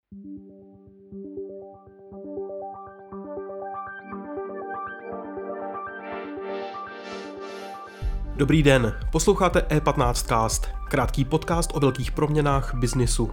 Dobrý den, posloucháte E15cast, krátký podcast o velkých proměnách biznisu.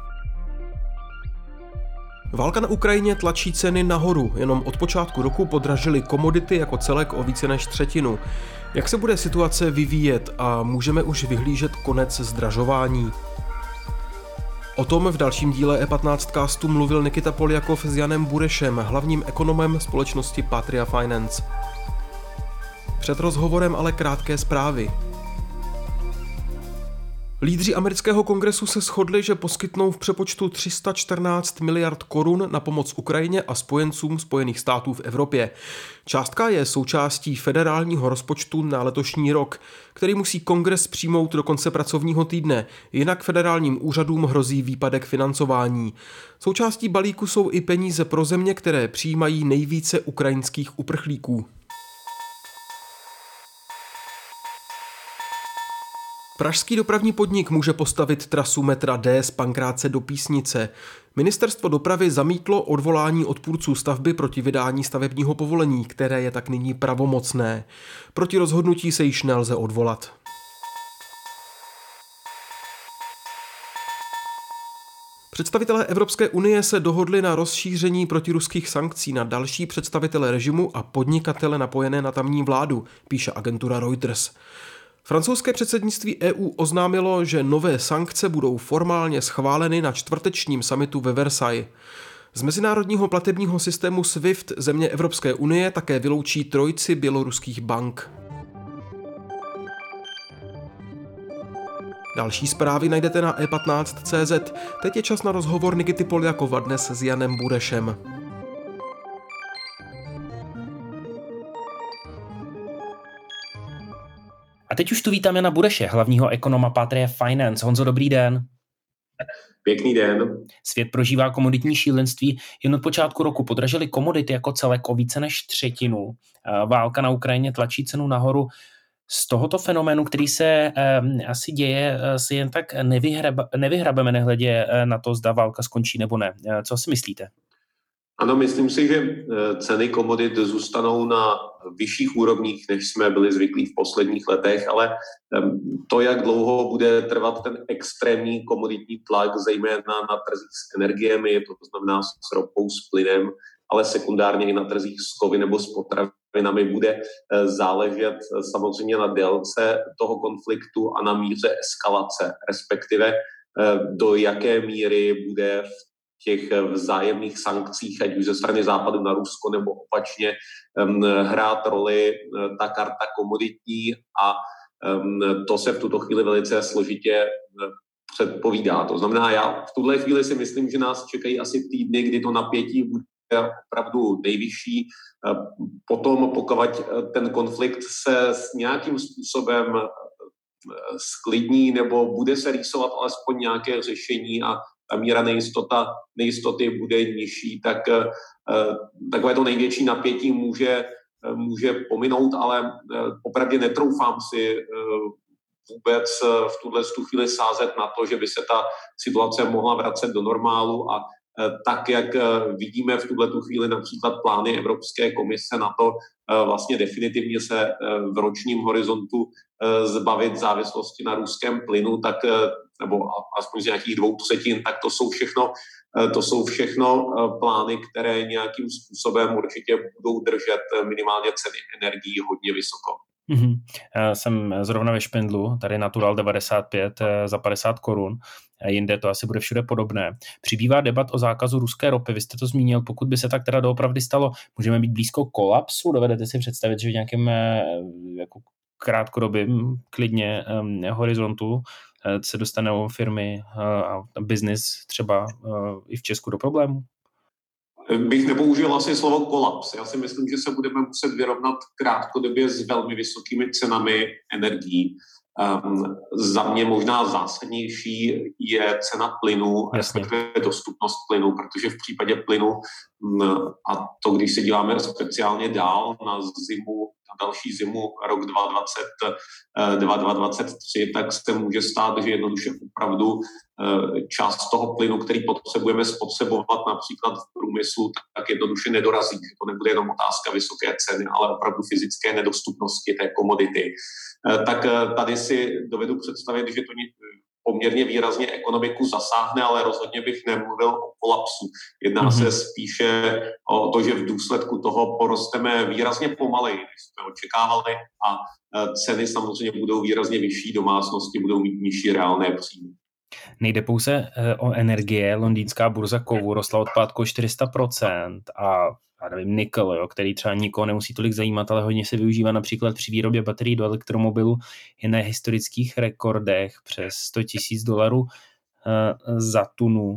Válka na Ukrajině tlačí ceny nahoru, jenom od počátku roku podražily komodity jako celek o více než třetinu. Jak se bude situace vyvíjet a můžeme už vyhlížet konec zdražování? O tom v dalším díle E15castu mluvil Nikita Poljakov s Janem Burešem, hlavním ekonomem společnosti Patria Finance. Před rozhovorem ale krátké zprávy. Lídři amerického kongresu se shodli, že poskytnou v přepočtu 314 miliard korun na pomoc Ukrajině a spojencům Spojených států v Evropě. Částka je součástí federálního rozpočtu na letošní rok, který musí kongres přijmout do konce pracovního týdne, jinak federálním úřadům hrozí výpadek financování. Součástí balíku jsou i peníze pro země, které přijímají nejvíce ukrajinských uprchlíků. Pražský dopravní podnik může postavit trasu metra D z Pankráce do Písnice. Ministerstvo dopravy zamítlo odvolání odpůrců stavby proti vydání stavebního povolení, které je tak nyní pravomocné. Proti rozhodnutí se již nelze odvolat. Představitelé Evropské unie se dohodli na rozšíření protiruských sankcí na další představitele režimu a podnikatele napojené na tamní vládu, píše agentura Reuters. Francouzské předsednictví EU oznámilo, že nové sankce budou formálně schváleny na čtvrtečním summitu ve Versailles. Z mezinárodního platebního systému SWIFT země Evropské unie také vyloučí trojici běloruských bank. Další zprávy najdete na e15.cz. Teď je čas na rozhovor Nikity Poljakova dnes s Janem Burešem. A teď už tu vítám Jana Bureše, hlavního ekonoma Patria Finance. Honzo, dobrý den. Pěkný den. Svět prožívá komoditní šílenství. Jen od počátku roku podražily komodity jako celek o více než třetinu. Válka na Ukrajině tlačí cenu nahoru. Z tohoto fenoménu, který se asi děje, si jen tak nevyhrabeme, nehledě na to, zda válka skončí nebo ne. Co si myslíte? Ano, myslím si, že ceny komodit zůstanou na vyšších úrovních, než jsme byli zvyklí v posledních letech, ale to, jak dlouho bude trvat ten extrémní komoditní tlak, zejména na trzích s energiemi, to znamená s ropou, s plynem, ale sekundárně i na trzích s kovy nebo s potravinami, bude záležet samozřejmě na délce toho konfliktu a na míře eskalace, respektive do jaké míry bude v těch vzájemných sankcích, ať už ze strany Západu na Rusko nebo opačně, hrát roli ta karta komoditní a to se v tuto chvíli velice složitě předpovídá. To znamená, já v tuhle chvíli si myslím, že nás čekají asi týdny, kdy to napětí bude opravdu nejvyšší. Potom, pokud ten konflikt se s nějakým způsobem sklidní nebo bude se rýsovat alespoň nějaké řešení a ta míra nejistoty bude nižší, tak takové to největší napětí může pominout, ale opravdu netroufám si vůbec v tuhle chvíli sázet na to, že by se ta situace mohla vracet do normálu a tak, jak vidíme v tuhletu chvíli například plány Evropské komise na to vlastně definitivně se v ročním horizontu zbavit závislosti na ruském plynu, tak nebo aspoň z nějakých 2/3, tak to jsou všechno plány, které nějakým způsobem určitě budou držet minimálně ceny energií hodně vysoko. Jsem zrovna ve Špindlu, tady Natural 95 za 50 korun, jinde to asi bude všude podobné. Přibývá debat o zákazu ruské ropy, vy jste to zmínil, pokud by se tak teda doopravdy stalo, můžeme být blízko kolapsu, dovedete si představit, že v nějakém jako krátkodobým klidně horizontu se dostanou firmy a biznis třeba i v Česku do problému? Bych nepoužil asi slovo kolaps. Já si myslím, že se budeme muset vyrovnat krátkodobě s velmi vysokými cenami energií. Za mě možná zásadnější je cena plynu, respektive dostupnost plynu, protože v případě plynu, a to když se díváme speciálně dál na zimu, další zimu rok 2023, tak se může stát, že jednoduše opravdu část toho plynu, který potřebujeme spotřebovat například v průmyslu, tak jednoduše nedorazí. Že to nebude jenom otázka vysoké ceny, ale opravdu fyzické nedostupnosti té komodity. Tak tady si dovedu představit, že to poměrně výrazně ekonomiku zasáhne, ale rozhodně bych nemluvil o kolapsu. Jedná se spíše o to, že v důsledku toho porosteme výrazně pomaleji, než jsme očekávali, a ceny samozřejmě budou výrazně vyšší, domácnosti budou mít nižší reálné příjmy. Nejde pouze o energie, londýnská burza kovu rostla od pátku o 400% a nevím, nikl, jo, který třeba nikoho nemusí tolik zajímat, ale hodně se využívá například při výrobě baterií do elektromobilu, je na historických rekordech přes $100,000 za tunu.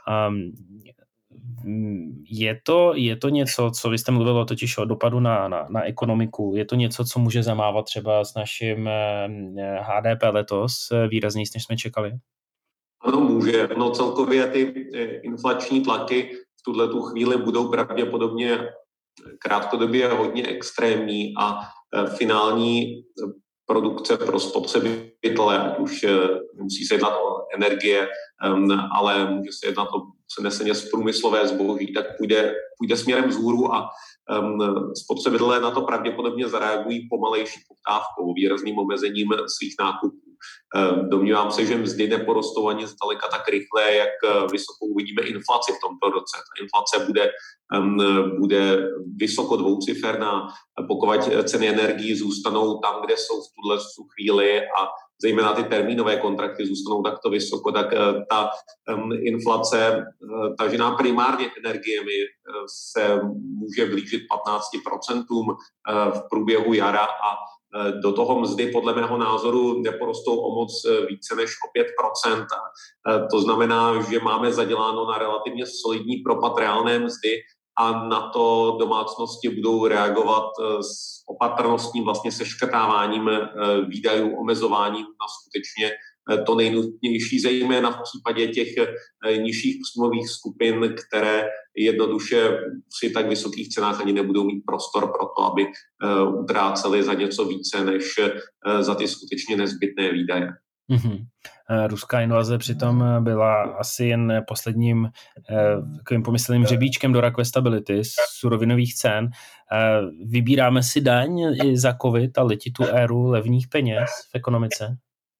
Je to něco, co vy jste mluvilo totiž o dopadu na ekonomiku, je to něco, co může zamávat třeba s naším HDP letos výrazněji, než jsme čekali? Ano, může. No celkově ty inflační tlaky v tuhletu chvíli budou pravděpodobně krátkodobě hodně extrémní a finální produkce pro spotřebitele, ať už musí se jednat o energie, ale může se jednat o přeneseně z průmyslové zboží, tak půjde směrem vzhůru a spotřebitelé na to pravděpodobně zareagují pomalejší poptávkou, výrazným omezením svých nákupů. Domnívám se, že mzdy neporostou ani zdaleka tak rychle, jak vysokou uvidíme inflaci v tomto roce. Ta inflace bude vysoko dvouciferná, pokud ceny energií zůstanou tam, kde jsou v tuhle chvíli, a zejména ty termínové kontrakty zůstanou takto vysoko, tak ta inflace tažená primárně energiemi se může blížit 15% v průběhu jara a do toho mzdy podle mého názoru neporostou o moc více než o 5%. To znamená, že máme zaděláno na relativně solidní propad reálné mzdy a na to domácnosti budou reagovat s opatrnostním vlastně seškrtáváním výdajů, omezováním na skutečně to nejnutnější, zejména v případě těch nižších příjmových skupin, které jednoduše při tak vysokých cenách ani nebudou mít prostor pro to, aby utráceli za něco více než za ty skutečně nezbytné výdaje. Mm-hmm. Ruská invaze přitom byla asi jen posledním takovým pomyslným hřebíčkem do rakve stability z surovinových cen. Vybíráme si daň i za covid a letí tu éru levných peněz v ekonomice?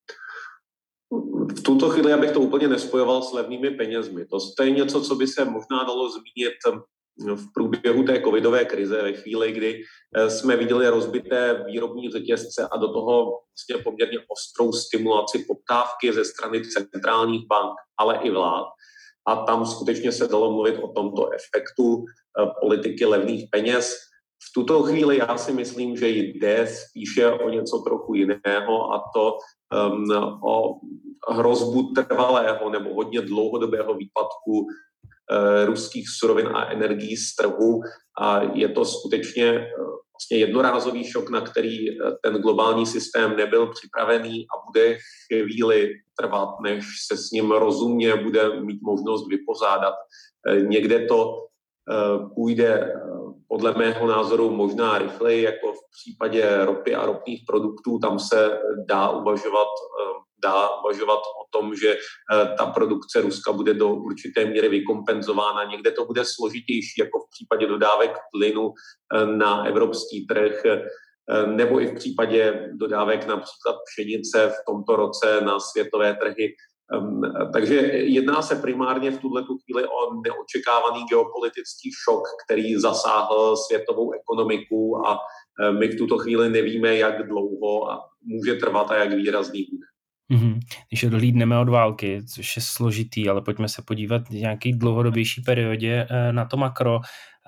V tuto chvíli bych to úplně nespojoval s levnými penězmi. To je něco, co by se možná dalo zmínit v průběhu té covidové krize, ve chvíli, kdy jsme viděli rozbité výrobní řetězce a do toho vlastně poměrně ostrou stimulaci poptávky ze strany centrálních bank, ale i vlád. A tam skutečně se dalo mluvit o tomto efektu politiky levných peněz. V tuto chvíli já si myslím, že jde spíše o něco trochu jiného, a to o hrozbu trvalého nebo hodně dlouhodobého výpadku ruských surovin a energií z trhu, a je to skutečně vlastně jednorázový šok, na který ten globální systém nebyl připravený a bude chvíli trvat, než se s ním rozumně bude mít možnost vypořádat. Někde to půjde podle mého názoru možná rychleji, jako v případě ropy a ropných produktů. Tam se dá uvažovat o tom, že ta produkce Ruska bude do určité míry vykompenzována. Někde to bude složitější, jako v případě dodávek plynu na evropský trh, nebo i v případě dodávek například pšenice v tomto roce na světové trhy. Takže jedná se primárně v tuhletu chvíli o neočekávaný geopolitický šok, který zasáhl světovou ekonomiku, a my v tuto chvíli nevíme, jak dlouho a může trvat a jak výrazný bude. Když odhlídneme od války, což je složitý, ale pojďme se podívat v nějaké dlouhodobější periodě na to makro.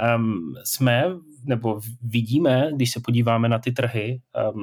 Vidíme, když se podíváme na ty trhy,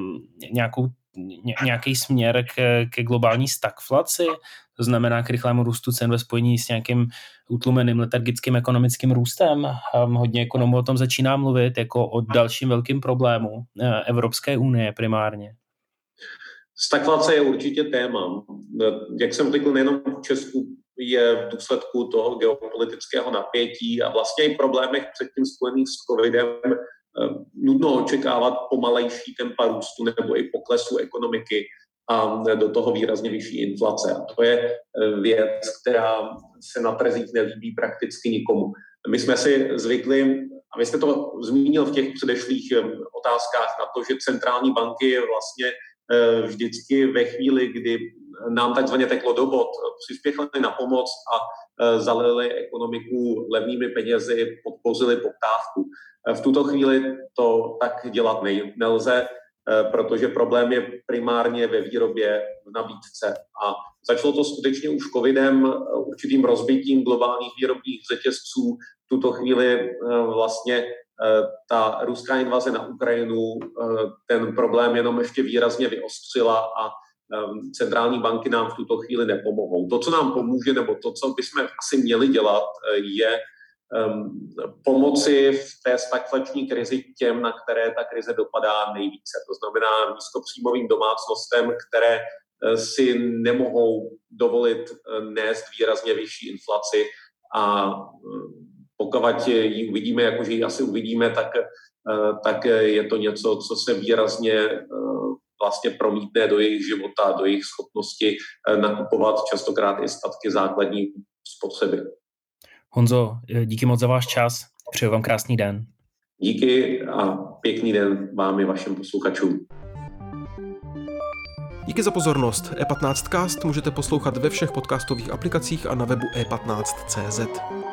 nějaký směr ke globální stagflaci, to znamená k rychlému růstu cen ve spojení s nějakým utlumeným letargickým ekonomickým růstem. Hodně ekonomů o tom začíná mluvit jako o dalším velkým problému Evropské unie primárně. Stagflace je určitě téma. Jak jsem řekl, nejenom v Česku je v důsledku toho geopolitického napětí a vlastně i problémech předtím spojených s covidem nutno očekávat pomalejší tempa růstu nebo i poklesu ekonomiky a do toho výrazně vyšší inflace. A to je věc, která se na trzích nelíbí prakticky nikomu. My jsme si zvykli, a vy jste to zmínil v těch předešlých otázkách, na to, že centrální banky vlastně vždycky ve chvíli, kdy nám takzvaně teklo do bod, přispěchali na pomoc a zalili ekonomiku levnými penězi, podpořili poptávku. V tuto chvíli to tak dělat nelze, protože problém je primárně ve výrobě, v nabídce. A začalo to skutečně už covidem, určitým rozbitím globálních výrobních řetězců. V tuto chvíli vlastně ta ruská invaze na Ukrajinu ten problém jenom ještě výrazně vyostřila a centrální banky nám v tuto chvíli nepomohou. To, co nám pomůže, nebo to, co bychom asi měli dělat, je pomoci v té stagflační krizi těm, na které ta krize dopadá nejvíce. To znamená nízkopříjmovým domácnostem, které si nemohou dovolit nést výrazně vyšší inflaci a pokud ji uvidíme, jakože ji asi uvidíme, tak je to něco, co se výrazně vlastně promítne do jejich života, do jejich schopnosti nakupovat častokrát i statky základní spotřeby. Honzo, díky moc za váš čas. Přeju vám krásný den. Díky a pěkný den vám i vašim posluchačům. Díky za pozornost. E15cast můžete poslouchat ve všech podcastových aplikacích a na webu e15.cz.